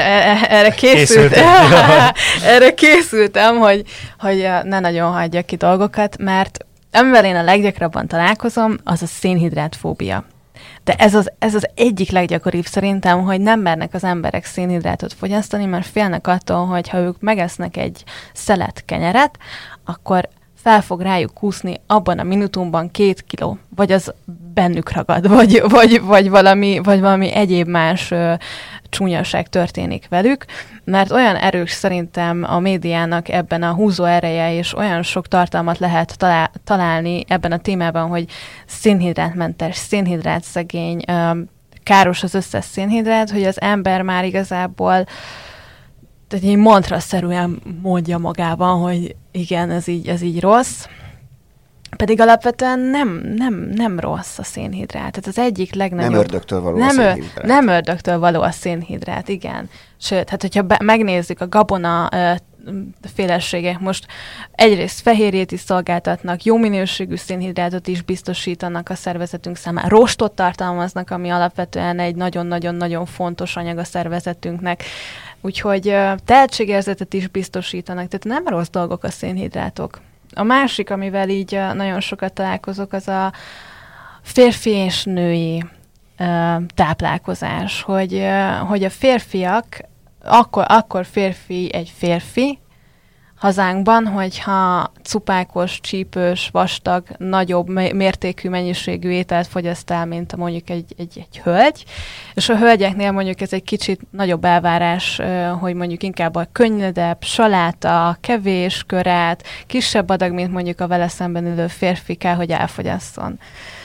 erre készültem, hogy ne nagyon hagyjak ki dolgokat, mert amivel én a leggyakrabban találkozom, az a szénhidrátfóbia. De ez az egyik leggyakoribb szerintem, hogy nem mernek az emberek szénhidrátot fogyasztani, mert félnek attól, hogy ha ők megesznek egy szelet kenyeret, akkor fel fog rájuk kúszni abban a minutumban 2 kiló, vagy az bennük ragad, vagy valami egyéb más csúnyaság történik velük, mert olyan erős szerintem a médiának ebben a húzó ereje, és olyan sok tartalmat lehet találni ebben a témában, hogy szénhidrátmentes, szénhidrátszegény, káros az összes szénhidrát, hogy az ember már igazából tehát egy mantraszerűen mondja magában, hogy igen, ez így rossz. Pedig alapvetően nem rossz a szénhidrát. Tehát az egyik legnagyobb... Nem ördögtől való a szénhidrát. Nem ördögtől való a szénhidrát, igen. Sőt, hát hogyha megnézzük a gabona féleségek, most egyrészt fehérjét is szolgáltatnak, jó minőségű szénhidrátot is biztosítanak a szervezetünk számára. Rostot tartalmaznak, ami alapvetően egy nagyon-nagyon-nagyon fontos anyag a szervezetünknek. Úgyhogy tehetségérzetet is biztosítanak, tehát nem rossz dolgok a szénhidrátok. A másik, amivel így nagyon sokat találkozok, az a férfi és női táplálkozás, hogy a férfiak, akkor férfi egy férfi hazánkban, hogyha cupákos, csípős, vastag, nagyobb mértékű mennyiségű ételt fogyaszt el, mint mondjuk egy hölgy. És a hölgyeknél mondjuk ez egy kicsit nagyobb elvárás, hogy mondjuk inkább a könnyedebb, saláta, kevés körát, kisebb adag, mint mondjuk a vele szemben ülő férfi kell, hogy elfogyasszon.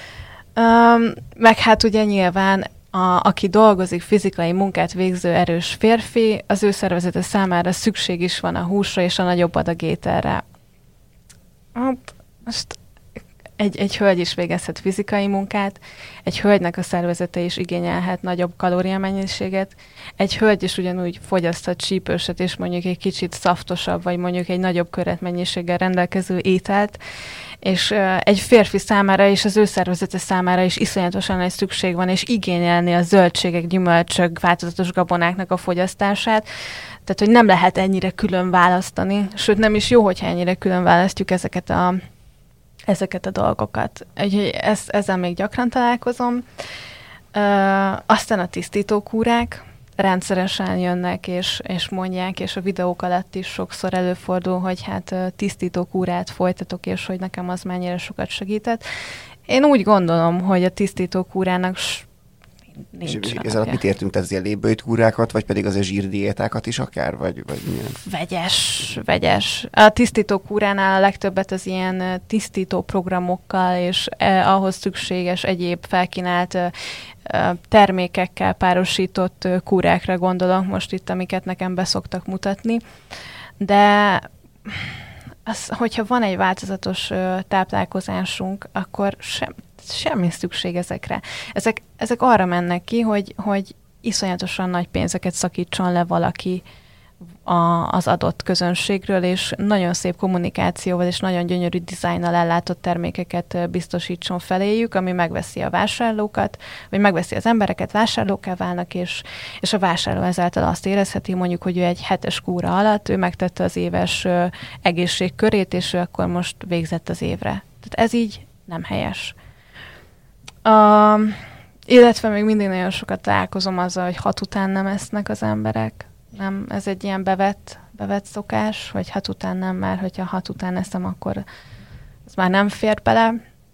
Meg hát ugye nyilván aki dolgozik, fizikai munkát végző erős férfi, az ő szervezete számára szükség is van a húsra és a nagyobb adag ételre. Most egy hölgy is végezhet fizikai munkát, egy hölgynek a szervezete is igényelhet nagyobb kalóriamennyiséget, egy hölgy is ugyanúgy fogyaszthat csípőset és mondjuk egy kicsit szaftosabb, vagy mondjuk egy nagyobb köretmennyiséggel rendelkező ételt, és egy férfi számára és az ő szervezete számára is iszonyatosan nagy szükség van, és igényelni a zöldségek, gyümölcsök, változatos gabonáknak a fogyasztását. Tehát, hogy nem lehet ennyire külön választani, sőt nem is jó, hogyha ennyire külön választjuk ezeket a dolgokat. Úgyhogy ezzel még gyakran találkozom. Aztán a tisztítókúrák rendszeresen jönnek, és mondják, és a videók alatt is sokszor előfordul, hogy hát tisztítókúrát folytatok, és hogy nekem az mennyire sokat segített. Én úgy gondolom, hogy a tisztítókúrának nincs. És ez alatt mit értünk? Tehát az lébőjtkúrákat, vagy pedig az a zsírdiétákat is akár? Vagy milyen? Vegyes. A tisztítókúránál a legtöbbet az ilyen tisztító programokkal és ahhoz szükséges egyéb felkínált termékekkel párosított kúrákra gondolok most itt, amiket nekem beszoktak mutatni. De hogyha van egy változatos táplálkozásunk, akkor semmi szükség ezekre. Ezek arra mennek ki, hogy iszonyatosan nagy pénzeket szakítson le valaki az adott közönségről, és nagyon szép kommunikációval és nagyon gyönyörű dizájnnal ellátott termékeket biztosítson feléjük, ami megveszi a vásárlókat, vagy megveszi az embereket, vásárlókká válnak, és a vásárló ezáltal azt érezheti, mondjuk, hogy ő egy 7-es kúra alatt, ő megtette az éves egészségkörét, és ő akkor most végzett az évre. Tehát ez így nem helyes. Illetve még mindig nagyon sokat találkozom azzal, hogy 6 után nem esznek az emberek. Nem, ez egy ilyen bevett szokás, hogy 6 után nem, mert hogyha 6 után eszem, akkor ez már nem fér bele.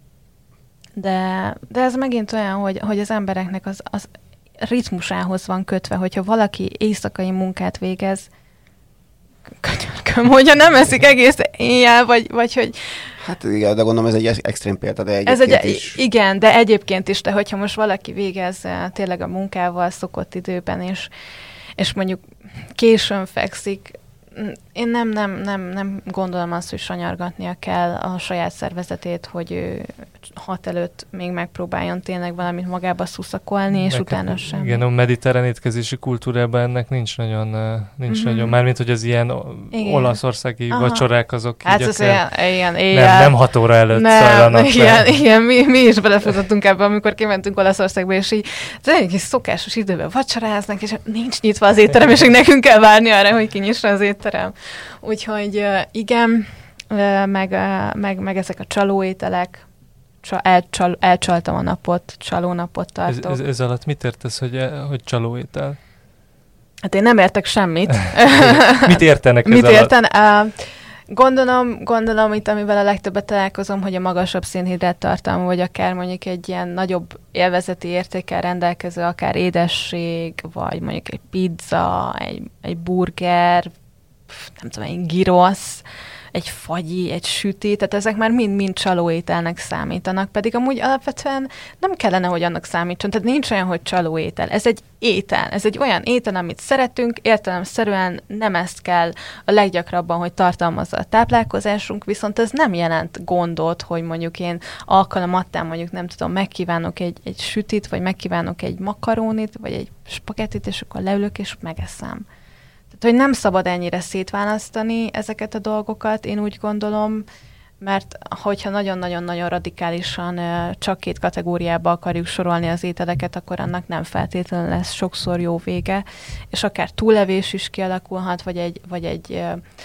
De ez megint olyan, hogy az embereknek az ritmusához van kötve, hogyha valaki éjszakai munkát végez, könyörgöm, hogyha nem eszik egész éjjel, vagy hogy... Hát igen, de gondolom ez egy extrém példa, de egyébként is... Igen, de egyébként is, de hogyha most valaki végez tényleg a munkával szokott időben, és mondjuk későn fekszik, én nem gondolom azt, hogy sanyargatnia kell a saját szervezetét, hogy ő 6 előtt még megpróbáljon tényleg valamit magába szuszakolni, és utána sem. Igen, a mediterrán étkezési kultúrában ennek nincs nagyon, mármint, hogy az ilyen olaszországi vacsorák azok hát így az ilyen, nem 6 óra előtt zajlanak. Igen, mi is belefutottunk ebbe, amikor kimentünk Olaszországba, és így az egy kis szokásos időben vacsoráznak, és nincs nyitva az étterem, és nekünk kell várni arra, hogy kinyissa az étterem. Úgyhogy igen, meg ezek a csalóételek, elcsaltam a napot, csalónapot tartok. Ez alatt mit értesz, hogy csalóétel? Hát én nem értek semmit. Mit értenek ez alatt? Gondolom itt, amivel a legtöbbet találkozom, hogy a magasabb szénhidrát tartalmú, vagy akár mondjuk egy ilyen nagyobb élvezeti értékkel rendelkező, akár édesség, vagy mondjuk egy pizza, egy burger, nem tudom, egy gyrosz, egy fagyi, egy süti, tehát ezek már mind csalóételnek számítanak, pedig amúgy alapvetően nem kellene, hogy annak számítson, tehát nincs olyan, hogy csalóétel. Ez egy étel, ez egy olyan étel, amit szeretünk, értelemszerűen nem ezt kell a leggyakrabban, hogy tartalmazza a táplálkozásunk, viszont ez nem jelent gondot, hogy mondjuk én alkalomattán mondjuk nem tudom, megkívánok egy sütit, vagy megkívánok egy makarónit, vagy egy spagettit, és akkor leülök, és megeszem. Tehát, hogy nem szabad ennyire szétválasztani ezeket a dolgokat, én úgy gondolom, mert hogyha nagyon-nagyon-nagyon radikálisan csak 2 kategóriába akarjuk sorolni az ételeket, akkor annak nem feltétlenül lesz sokszor jó vége, és akár túllevés is kialakulhat, vagy egy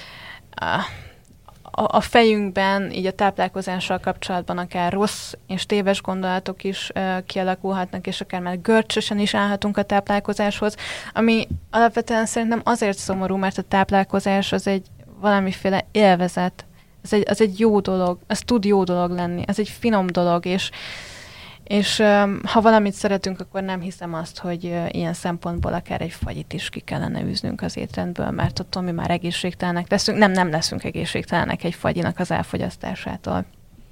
a fejünkben, így a táplálkozással kapcsolatban akár rossz és téves gondolatok is kialakulhatnak, és akár már görcsösen is állhatunk a táplálkozáshoz, ami alapvetően szerintem azért szomorú, mert a táplálkozás az egy valamiféle élvezet. Ez egy jó dolog, ez tud jó dolog lenni, ez egy finom dolog, és ha valamit szeretünk, akkor nem hiszem azt, hogy ilyen szempontból akár egy fagyit is ki kellene űznünk az étrendből, mert attól mi már egészségtelenek leszünk. Nem leszünk egészségtelenek egy fagyinak az elfogyasztásától.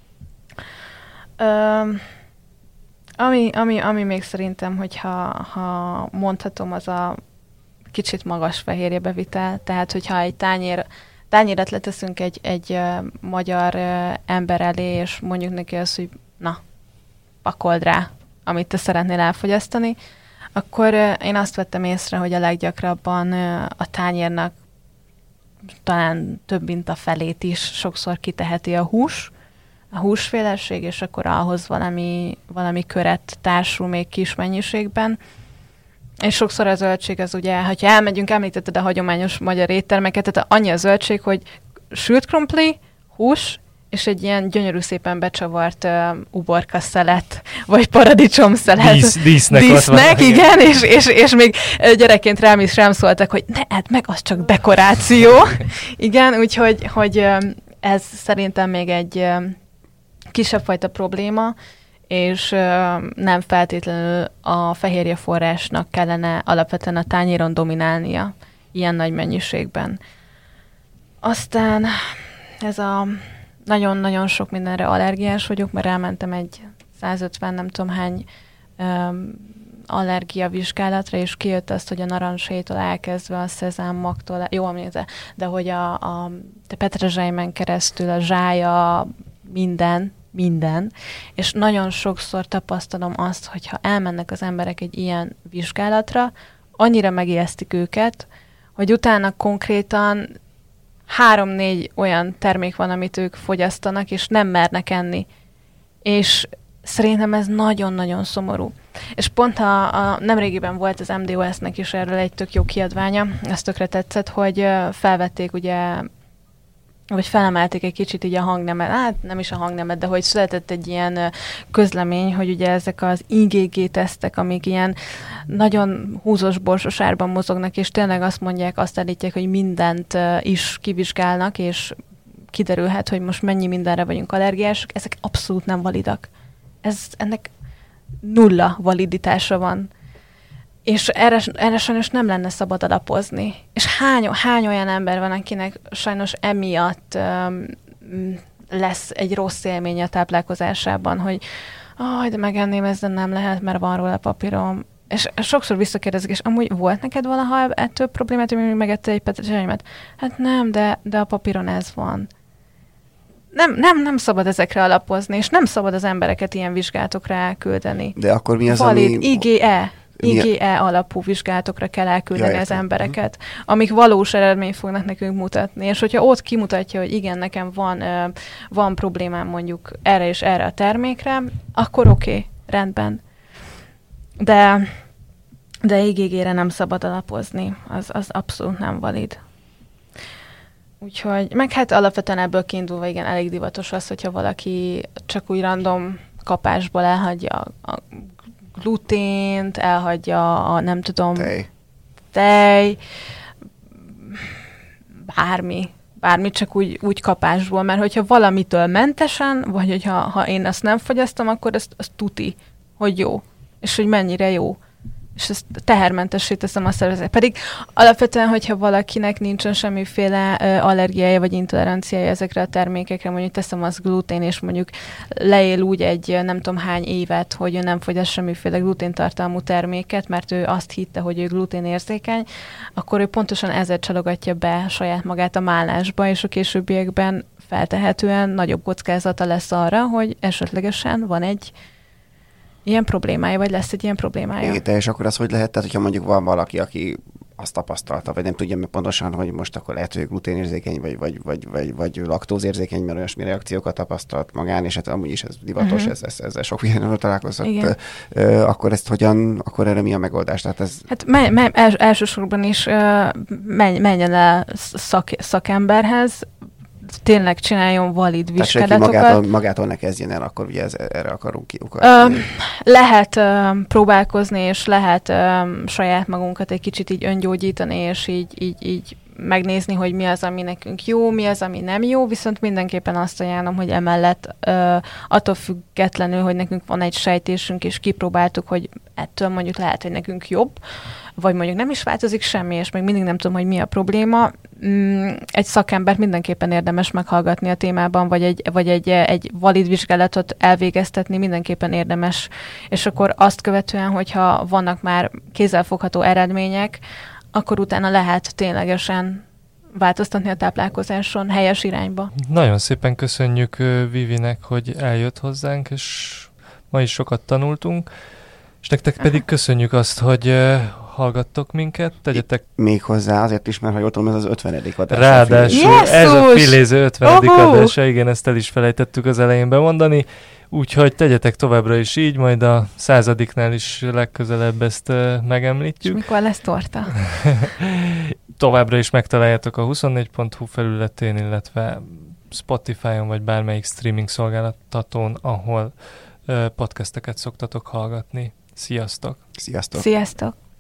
Ami még szerintem, hogyha mondhatom, az a kicsit magas fehérjebevitel, tehát hogyha egy tányéret leteszünk egy magyar ember elé, és mondjuk neki azt, hogy na, pakold rá, amit te szeretnél elfogyasztani, akkor én azt vettem észre, hogy a leggyakrabban a tányérnak talán több mint a felét is sokszor kiteheti a húsféleség, és akkor ahhoz valami köret társul még kis mennyiségben. És sokszor a zöldség az ugye, ha elmegyünk, említetted a hagyományos magyar éttermeket, tehát annyi a zöldség, hogy sült krumpli, hús és egy ilyen gyönyörű szépen becsavart uborka szelet, vagy paradicsom szelet. Dísznek, igen, és még gyerekként rám is szóltak, hogy ne edd meg, az csak dekoráció. Igen, úgyhogy ez szerintem még egy kisebb fajta probléma, és nem feltétlenül a fehérje forrásnak kellene alapvetően a tányéron dominálnia ilyen nagy mennyiségben. Aztán ez a nagyon-nagyon sok mindenre allergiás vagyok, mert elmentem egy 150 nem tudom hány allergia vizsgálatra, és kijött azt, hogy a narancshéjtól elkezdve a szezámmagtól, jó emlékszem, de hogy a petrezselymen keresztül a zsája, minden, és nagyon sokszor tapasztalom azt, hogyha elmennek az emberek egy ilyen vizsgálatra, annyira megijesztik őket, hogy utána konkrétan 3-4 olyan termék van, amit ők fogyasztanak, és nem mernek enni. És szerintem ez nagyon-nagyon szomorú. És pont nemrégiben volt az MDOS-nek is erről egy tök jó kiadványa, ez tökre tetszett, hogy felvették ugye, vagy felemelték egy kicsit így a hangnemet, hát nem is a hangnemet, de hogy született egy ilyen közlemény, hogy ugye ezek az IgG tesztek, amik ilyen nagyon húzós, borsos árban mozognak, és tényleg azt mondják, azt állítják, hogy mindent is kivizsgálnak, és kiderülhet, hogy most mennyi mindenre vagyunk allergiások, ezek abszolút nem validak. Ennek nulla validitása van. És erre sajnos nem lenne szabad alapozni. És hány olyan ember van, akinek sajnos emiatt lesz egy rossz élmény a táplálkozásában, hogy de megenném, ez nem lehet, mert van róla papírom. És sokszor visszakérdezik, és amúgy volt neked valaha ettől problémát, hogy még megettél egy petrezselymet? Hát nem, de a papíron ez van. Nem szabad ezekre alapozni, és nem szabad az embereket ilyen vizsgálatokra elküldeni. De akkor mi az, valid, ami... IgE alapú vizsgálatokra kell elküldeni az embereket, amik valós eredményt fognak nekünk mutatni. És hogyha ott kimutatja, hogy igen, nekem van problémám mondjuk erre és erre a termékre, akkor oké, rendben. De IgG-re nem szabad alapozni. Az abszolút nem valid. Úgyhogy, meg hát alapvetően ebből kiindulva igen, elég divatos az, hogyha valaki csak úgy random kapásból elhagyja a glutént, elhagyja a nem tudom, tej, bármi csak úgy kapásból, mert hogyha valamitől mentesen, vagy hogyha én azt nem fogyasztom, akkor azt tuti, hogy jó, és hogy mennyire jó. És ezt tehermentessé teszem a szervezetet. Pedig alapvetően, hogyha valakinek nincsen semmiféle allergiája vagy intoleranciája ezekre a termékekre, mondjuk teszem az glutén, és mondjuk leél úgy egy nem tudom hány évet, hogy ő nem fogyaszt semmiféle gluténtartalmú terméket, mert ő azt hitte, hogy ő gluténérzékeny, akkor ő pontosan ezzel csalogatja be saját magát a málásba, és a későbbiekben feltehetően nagyobb kockázata lesz arra, hogy esetlegesen van egy ilyen problémája, vagy lesz egy ilyen problémája. Igen, és akkor az hogy lehet, tehát hogyha mondjuk van valaki, aki azt tapasztalta, vagy nem tudja meg pontosan, hogy most akkor lehet, hogy gluténérzékeny, vagy laktózérzékeny, mert olyasmi reakciókat tapasztalt magán, és hát amúgy is ez divatos, ezzel sok mindenről találkozott. Akkor ezt akkor erre mi a megoldás? Tehát ez... Hát elsősorban is menjen el szakemberhez, tényleg csináljon valid vizsgálatokat. Tehát magától ne kezdjen el, akkor ugye erre akarunk kiukadni. Lehet próbálkozni, és lehet saját magunkat egy kicsit így öngyógyítani, és így megnézni, hogy mi az, ami nekünk jó, mi az, ami nem jó, viszont mindenképpen azt ajánlom, hogy emellett attól függetlenül, hogy nekünk van egy sejtésünk, és kipróbáltuk, hogy ettől mondjuk lehet, hogy nekünk jobb, vagy mondjuk nem is változik semmi, és még mindig nem tudom, hogy mi a probléma. Egy szakembert mindenképpen érdemes meghallgatni a témában, vagy egy valid vizsgálatot elvégeztetni mindenképpen érdemes. És akkor azt követően, hogyha vannak már kézzelfogható eredmények, akkor utána lehet ténylegesen változtatni a táplálkozáson helyes irányba. Nagyon szépen köszönjük Vivinek, hogy eljött hozzánk, és ma is sokat tanultunk, és nektek pedig köszönjük azt, hogy hallgattok minket, tegyetek... Még hozzá azért is, mert ha jól tudom, ez az 50. adás. Ráadásul ez a Filéző 50. adása, igen, ezt el is felejtettük az elején bemondani, úgyhogy tegyetek továbbra is így, majd a 100-nál is legközelebb ezt megemlítjük. És mikor lesz torta? Továbbra is megtaláljátok a 24.hu felületén, illetve Spotify-on, vagy bármelyik streaming szolgáltatón, ahol podcasteket szoktatok hallgatni. Sziasztok! Sziasztok! Sziasztok!